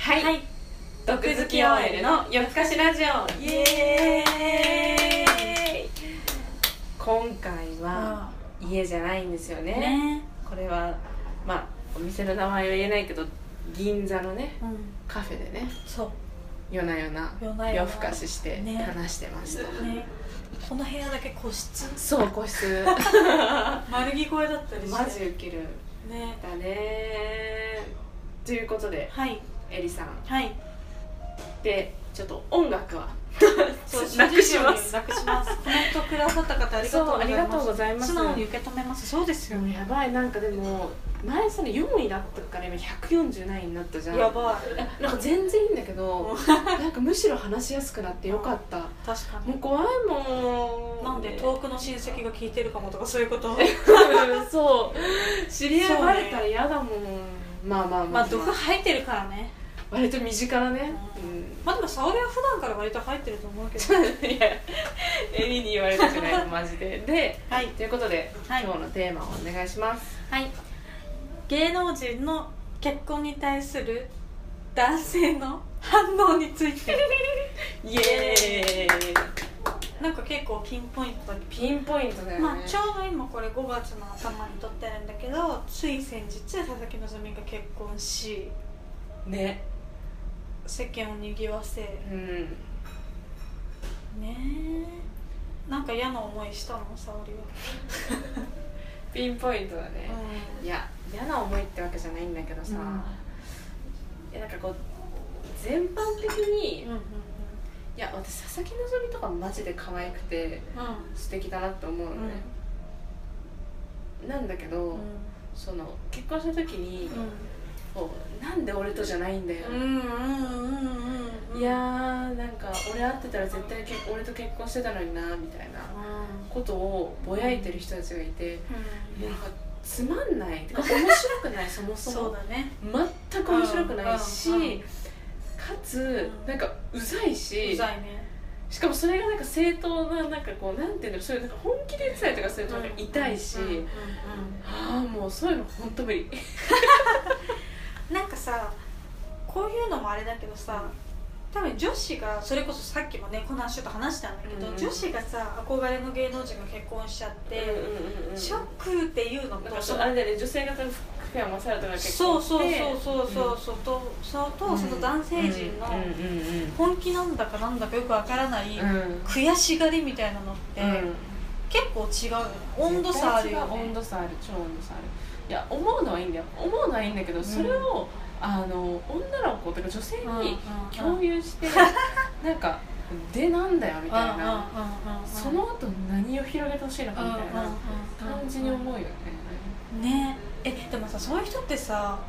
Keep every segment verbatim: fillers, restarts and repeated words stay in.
はい、はい、毒好き オーエル の夜更かしラジオ、イエーイ。今回は家じゃないんですよ ね, ねこれはまあお店の名前は言えないけど、銀座のね、うん、カフェでね、そう夜な夜な夜更かしして話してました、ねね、 この部屋だけ個室、 そう個室丸聞こえだったりしてマジウケるねだねということで、はい、エリさん、はい、でちょっと音楽はそうなくしますなくしますコメントくださった方ありがとうございます。素直に受け止めます。そうですよ、 やばい。なんかでも前そのよんいだったから今ひゃくよんじゅうきゅういになったじゃん。 やばい。なんか全然いいんだけどなんかむしろ話しやすくなってよかった。 確かに。 もう怖いもん。 なんで遠くの親戚が聞いてるかもとかそういうことそう知り合いバレたら嫌だもん、ね、まあまあまあまあ毒入ってるからね、 割と身近なね、 うんうん、まあでも沙織は普段から割と入ってると思うけどいやエリに言われたくないマジでで、はい、ということで、はい、今日のテーマをお願いします。 はい、芸能人の結婚に対する男性の反応についてイエーイ。 なんか結構ピンポイントだけピンポイントだよね、 まあ、ちょうど今これごがつの頭に撮ってるんだけど、つい先日佐々木希が結婚しね、 世間を賑わせ、うん、ねえ、なんか嫌な思いしたの沙織はピンポイントだね、うん、いや嫌な思いってわけじゃないんだけどさ、うん、いやなんかこう全般的に、うんうんうん、いや私佐々木希とかマジで可愛くて、うん、素敵だなって思うのね、うん、なんだけど、うん、その結婚した時に、うんなんで俺とじゃないんだよ、うんうんうんうん、いやーなんか俺会ってたら絶対結俺と結婚してたのになみたいなことをぼやいてる人たちがいて、うん、なんかつまんないてか面白くないそもそもそうだ、ね、 全く面白くないし、うんうん、かつなんかうざいし、 うざいね、しかもそれがなんか正当ななんかこうなんていうんだろう、そういうなんか本気で言ってたりとかするとなんか痛いし、ああもうそういうの本当無理なんかさ、こういうのもあれだけどさ、多分女子がそれこそさっきもねこの話ちょっと話したんだけど、うん、女子がさ憧れの芸能人が結婚しちゃって、うんうんうん、ショックっていうのとなんかそあれだよね、女性型の福山雅治とか結婚してそうそうそうそうそう、うん、とそとその男性陣の本気なんだかなんだかよくわからない悔しがりみたいなのって、うん、結構違うよね。温度差あるよね。 温度差ある、超温度差ある。いや思うのはいいんだよ、思うのはいいんだけど、それを、うん、あの女の子とか女性に共有して、うんうん、なんかでなんだよみたいな、その後何を広げてほしいのかみたいな感じに思うよね。 ねえ、でもさそういう人ってさ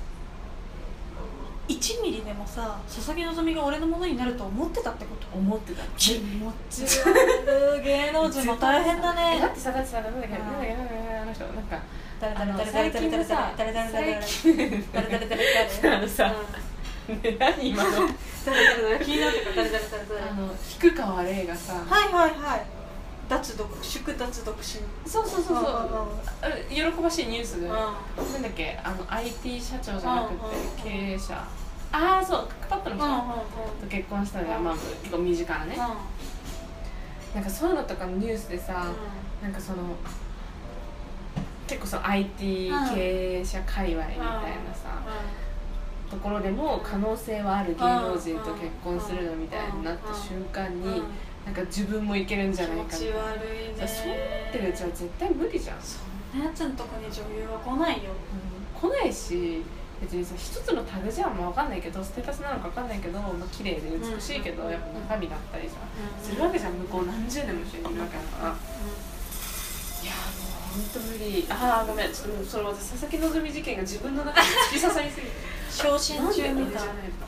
いちミリでもさ佐々木希が俺のものになると思ってたってこと？ 思ってた。 気持ち悪い芸能人も大変だね。 だってさだってさなんだっけなんだっけなんだっけあの人なんか誰誰誰誰誰誰誰誰誰誰誰誰誰誰あのさ何今の誰誰誰気になってた誰誰誰誰あの菊川玲がさはいはいはい脱独祝脱独身そうそうそうそう喜ばしいニュースでなんだっけあの アイティー 社長じゃなくて経営者ああそうパットの人と結婚したのがまあ結構身近なねなんかそういうのとかのニュースでさなんかその結構その アイティー 経営者界隈みたいなさ、うん、ところでも可能性はある芸能人と結婚するのみたいになった瞬間に、うんうん、なんか自分もいけるんじゃないかみたいな。 気持ち悪いね。 そう思ってるうちは絶対無理じゃん。 そんなやつのとこに女優は来ないよ、 うん、来ないし別にさ一つのタグじゃんもう分かんないけどステータスなのか分かんないけど、まあ綺麗で美しいけど、うん、やっぱ中身だったりさ、うん、するわけじゃん。向こう何十年も一緒にいるわけだから、うん、いやもう本当無理。ああごめんちょっとそれ私佐々木希事件が自分の中に突き刺さりすぎて昇進中みたいな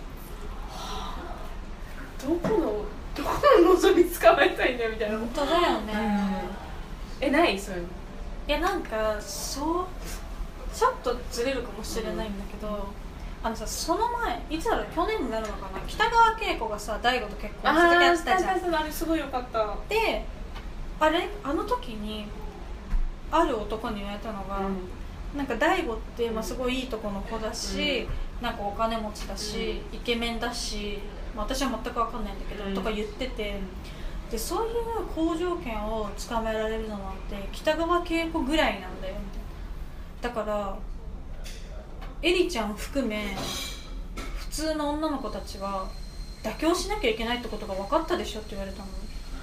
どこのどこの希み捕まえたいんだよみたいな。 本当だよね、 うん、えないそういうの。 いやなんかそうちょっとずれるかもしれないんだけど、うん、あのさその前いつだろう去年になるのかな北川景子がさ大悟と結婚した時やってたじゃん。 ああれすごいよかった。 であれあの時にある男に言われたのが、うん、なんか大悟ってまあすごいいいとこの子だし、 なんかお金持ちだし、うん、イケメンだし、まあ、私は全く分かんないんだけど、うん、とか言ってて、でそういう好条件をつかめられるのなんて北川景子ぐらいなんだよみたいな。だからエリちゃん含め普通の女の子たちは妥協しなきゃいけないってことが分かったでしょって言われたの。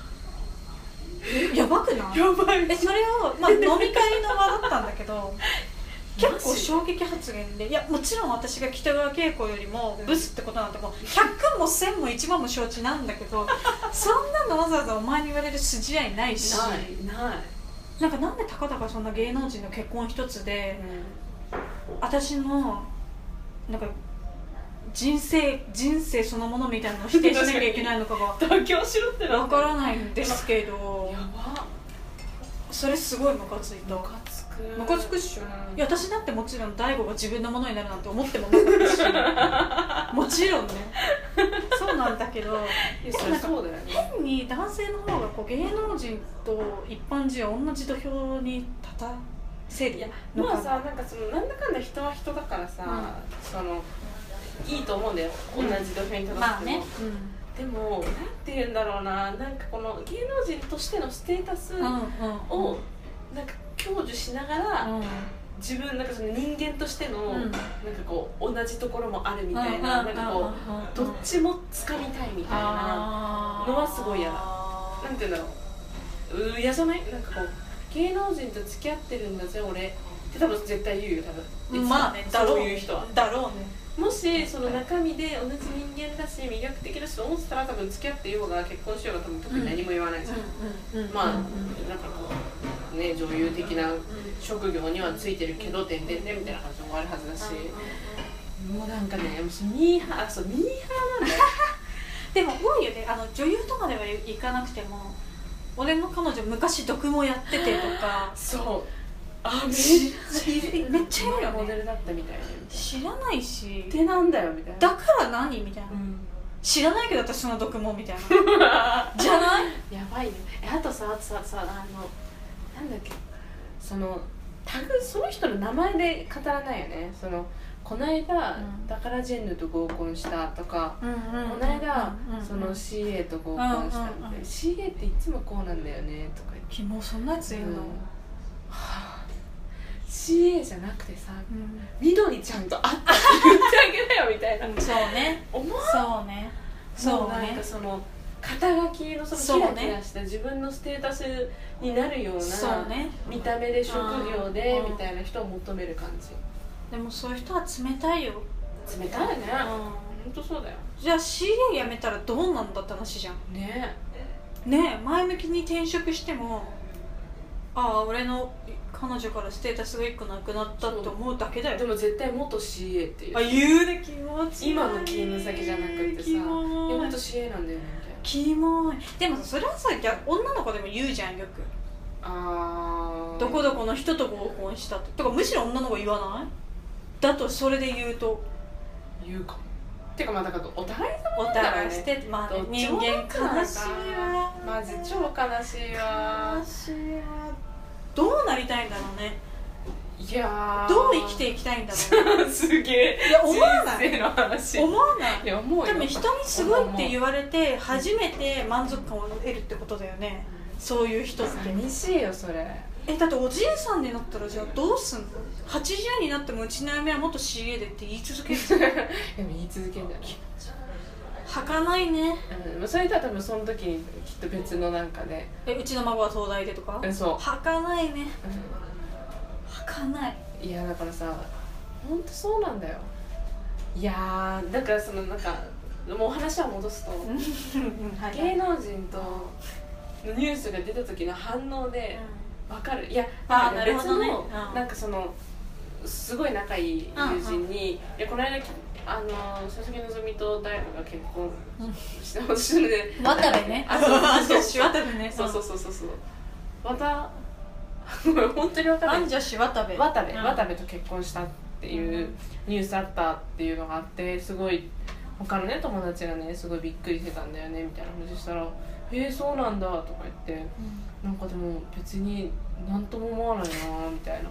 やばくない？ やばい。 えそれを、まあ、飲み会の場だったんだけど結構衝撃発言で、いやもちろん私が北川景子よりもブスってことなんてもうひゃくもせんもいちまんも承知なんだけどそんなのわざわざお前に言われる筋合いないし、 ないない。 なんかなんでたかだかそんな芸能人の結婚一つで、うん、私のなんか人生人生そのものみたいなのを否定しなきゃいけないのかが妥協しろってわからないんですけど、 やばそれすごいムカついた。 ムカつくムカつくっしょ、うん、いや私だってもちろん大悟が自分のものになるなんて思ってもなかったしもちろんねそうなんだけど、 いやそれそうだよね、 変に男性の方がこう芸能人と一般人を同じ土俵に立たせるのかな。 まあさ、なんかそのなんだかんだ人は人だからさ、うん、そのいいと思うんだよ、同じ土俵に立たせても、まあね、うん、でもなんて言うんだろうな、なんかこの芸能人としてのステータスをなんか享受しながら、うん、自分なんかその人間としての、うん、なんかこう同じところもあるみたいな、うん、なんかこうどっちも掴みたいみたいなのはすごい嫌だ。なんて言うんだろう、嫌じゃない？なんかこう芸能人と付き合ってるんだぜ俺って多分絶対言うよ多分。 まあね、だろう、 そういう人はだろうね。 もしその中身で同じ人間だし魅力的だしと思ってたら多分付き合ってようが結婚しようが多分特に何も言わないじゃん、うん、まあ、うん、なんかこうね女優的な職業にはついてるけどてんてんてんみたいな感じもあるはずだし、もうなんかねもうミーハー、そうミーハーなんだよでも多いよね、あの女優とかではいかなくても俺の彼女昔毒もやっててとかそうあ、めっちゃめっちゃいるよね。 モデルだったみたいな知らないしってなんだよみたいな、 だから何みたいな、うん、知らないけど私その毒もみたいなじゃないやばいね。あとさあとささあのなんだっけ、そのタグその人の名前で語らないよね。そのこの間、うん、だからジェンヌと合コンしたとか、うんうん、この間、うんうん、その シーエー と合コンしたみたいな、うんうん、シーエー っていつもこうなんだよねとか言って、 キモそんなやついるの、うん、はあシーエー じゃなくてさ、うん、みどりちゃんと会ったって言ってあげなよみたいな、 うん、そうね思うそうねそうね、なんかその肩書きのそのキラキラした自分のステータスになるような見た目で職業でみたいな人を求める感じ。 でもそういう人は冷たいよ。 冷たいね、うん、ほんとそうだよ。 じゃあ シーエー 辞めたらどうなんだって話じゃんねえねえ、前向きに転職してもああ俺の彼女からステータスがいっこなくなったって思うだけだよ。 でも絶対元 シーエー っていう、 あ、言うね、気持ちいい。 今の勤務先じゃなくてさ、いや元 シーエー なんだよねみたいな。 キモい。でもそれはさ、女の子でも言うじゃんよく。 あー、 どこどこの人と合コンしたってとか、むしろ女の子言わない？だとそれで言うと言うかも。てかまあだからお互い様だからね。お互いして、まあね、人間悲しいわ。 マジ超悲しいわ。 悲しいわ。どうなりたいんだろうね。 いやどう生きていきたいんだろうね。 すげえ。 いや思わない。 人生の話。 思わない。 いや思うよ。 多分人にすごいって言われて初めて満足感を得るってことだよね。そういう人って。 寂しいよそれ。 え、だっておじいさんになったらじゃあどうすんの？はちじゅうになってもうちの嫁は元 シーエー でって言い続けるでも言い続けるんだよ。 はかないね。 うん、それとは多分その時にきっと別のなんかで、 え、うちの孫は東大でとか。 え、そう。 はかないね。うん、はかない。 いやだからさ、本当そうなんだよ。いやーだからそのなんかもう話は戻すと芸能人とのニュースが出た時の反応で分かる。いやあなんか別の、 ね、 うん、なんかそのすごい仲いい友人に、うんうん、いやこの間あの佐々木希と大悟が結婚してほしいので渡部ね。 あ、そうそう渡部ね。 そうそうそうそうそう。また本当に渡部。 アンジャッシュ渡部。 渡部、渡部と結婚したっていうニュースあったっていうのがあって、すごい他のね友達がねすごいびっくりしてたんだよねみたいな話したら、えー、そうなんだとか言って、うん、なんかでも別に何とも思わないなみたいな。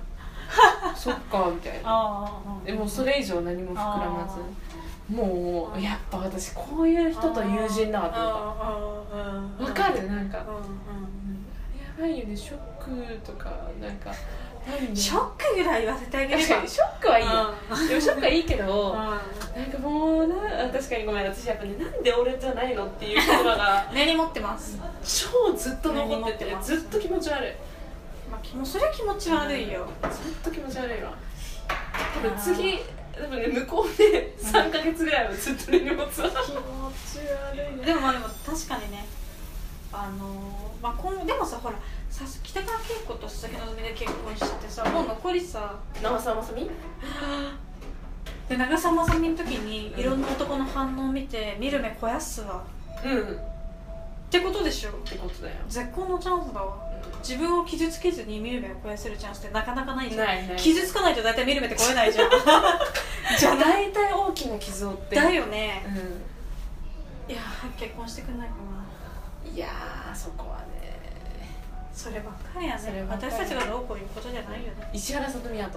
そっかみたいな。でもそれ以上何も膨らまず、もうやっぱ私こういう人と友人だわって思った。わかる、なんか、うんうん、やばいよね、ショックとかなんかショックぐらい言わせてあげれば。 ショックはいいよ、でもショックはいいけど、なんかもうな、確かにごめん、私やっぱね、なんで俺じゃないのっていう言葉が根に持ってます。 超ずっと残ってて、ずっと気持ち悪い。 まあ、もうそれは気持ち悪いよ、 うん、ずっと気持ち悪いわ。多分次多分ね、向こうでさんかげつぐらいはずっと根に持つわ。気持ち悪いね。 でもまあでも確かにね、あのー、まあ今でもさ、ほらさ、北川景子と佐々木希で結婚してさ、もう残りさ長澤まさみで、長澤まさみの時にいろんな男の反応を見て見る目肥やすわ、うんってことでしょ。 ってことだよ。 絶好のチャンスだわ、うん、自分を傷つけずに見る目を肥やせるチャンスってなかなかないじゃん。 ないない。傷つかないと大体見る目って肥えないじゃん。 じゃあ大体大きな傷を負ってだよね、うん、いや結婚してくんないかな。 いやー、そこはね、 そればっかりやね。私たちがどうこういうことじゃないよね。 石原さとみやと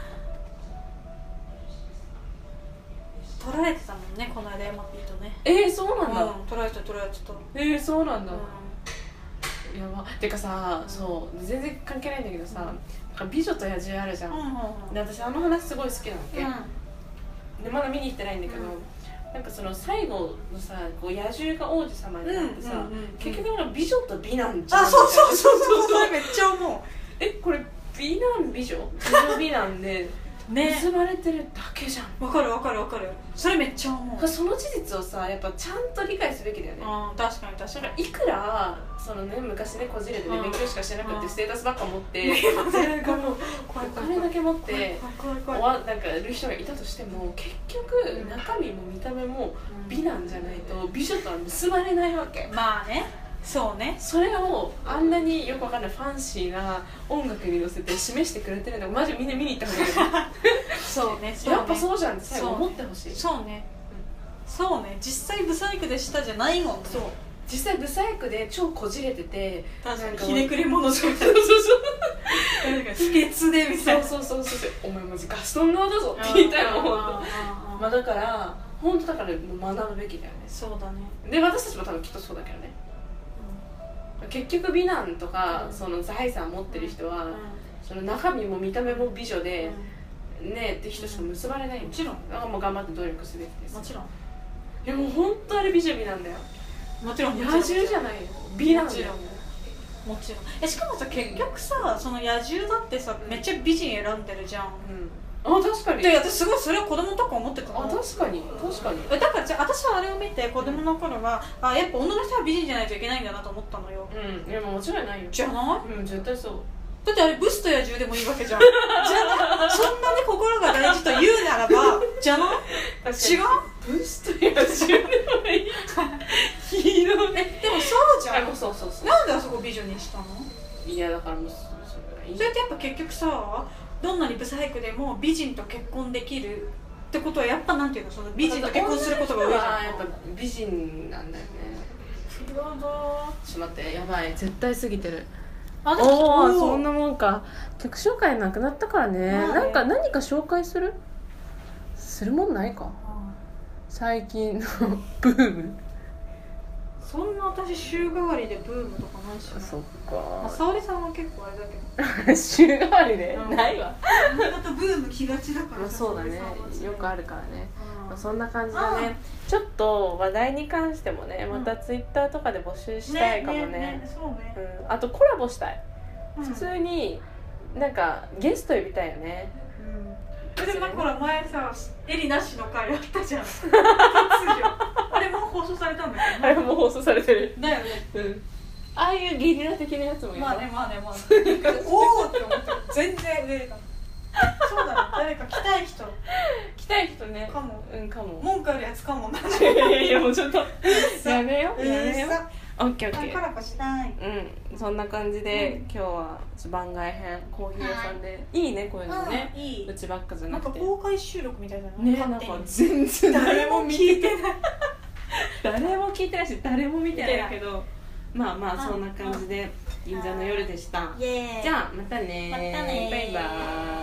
取られてたもんね、この間ヤマピーとね。 えー、そうなんだ、うん、 取られてた取られてた。 えー、そうなんだ、うん、やば。てかさ、うん、そう全然関係ないんだけどさ、うん、なんか美女と野獣あるじゃん、うんうんうん、で私あの話すごい好きなわけ、うん、でまだ見に行ってないんだけど、うん、なんかその最後のさ、こう野獣が王子様になってさ、うんうんうん、結局なんか美女と美男じゃん。 あ、そうそうそうそう、それめっちゃ思う。 え、これ美男美女美女美男でね、結ばれてるだけじゃん。 わかるわかるわかる。それめっちゃ思う。 その事実をさ、やっぱちゃんと理解すべきだよね。 あ、確かに確かに。 いくらそのね、昔ね、こじれてね、勉強しかしてなくてステータスばっか持ってお金だけ持って終わなんかいる人がいたとしても、結局中身も見た目も美なんじゃないと美女とは結ばれないわけ。 まあね、そうね。 それをあんなによくわかんないファンシーな音楽に乗せて示してくれてるのがマジみんな見に行った方がいいよね。 そうね、 やっぱそうじゃんって最後思ってほしい。 そうね、そうね、実際ブサイクでしたじゃないもんね。 そう、実際ブサイクで超こじれてて、 確かにひねくれ者じゃん。そうそうそう、なんか秘訣でみたいな。 そうそうそうそう、お前マジガストン側だぞって言いたいもん、ほんと。まあだから本当だからもう学ぶべきだよね。 そうだね。 で、私たちも多分きっとそうだけどね、うん、結局美男とか、うん、その財産持ってる人は、うん、その中身も見た目も美女で、うん、ねって人しか結ばれない。もちろんだからもう頑張って努力すべきです。 もちろん。 いやもう本当あれ美女美なんだよ。 もちろん。 野獣じゃないよ、美なんだよ。 もちろん。え、しかもさ、結局さ、その野獣だってさ、めっちゃ美人選んでるじゃん、うん、あ、確かに。で、私すごいそれは子供とか思ってたの。あ、確かに確かに。だからじゃあ私はあれを見て子供の頃は、あ、やっぱ女の人は美人じゃないといけないんだなと思ったのよ。うん、いやもう間違いないよ。じゃない？うん、絶対そう。だってあれブスと野獣でもいいわけじゃん。じゃあそんなに心が大事と言うならばじゃない？違う？ブスと野獣でもいい。ひどい。え、でもそうじゃん。あ、そうそうそう。なんであそこ美女にしたの？いやだからもうそれがいい。それってやっぱ結局さ、どんなにブサイクでも美人と結婚できるってことはやっぱなんていうの、その美人と結婚することが多いじゃん。やっぱ美人なんだよね。なるほど。ちょっと待って、やばい、絶対過ぎてる。あ、おお、そんなもんか。曲紹介なくなったからね。なんか何か紹介するするもんないか、最近のブーム。そんな私週替わりでブームとかないしな。そっか、まあ、沙織さんは結構あれだけど週替わりで、うん、ないわ。またブーム来がちだから。そうだね、よくあるからね、うん、まあ、そんな感じだね。ちょっと話題に関してもね、またツイッターとかで募集したいかもね。ね、ね、ね、そうね、うん、あとコラボしたい、うん、普通になんかゲスト呼びたいよね。うん、でもほら前さ、エリなしの回あったじゃん。あれも放送されたんだけど、あれも放送されてるだよね。うん、ああいうゲリラ的なやつもいる。まあねまあねまあね。おおって思って全然出れた。そうだね、誰か来たい人来たい人ね。かも。うん、かも。文句あるやつかもな。いやいやいや、もうちょっとやめようやめよう。オッケーオッケー。コラボしたい。うん、そんな感じで、うん、今日は番外編コーヒー屋さんで、いいねこういうのね。いい。うちばっかじゃなくて。なんか公開収録みたいなのね。なんか全然誰も聞いてない。誰も聞いてないし誰も見てないけど、まあまあそんな感じで銀座の夜でした。じゃあまたね。またね。バイバーイ。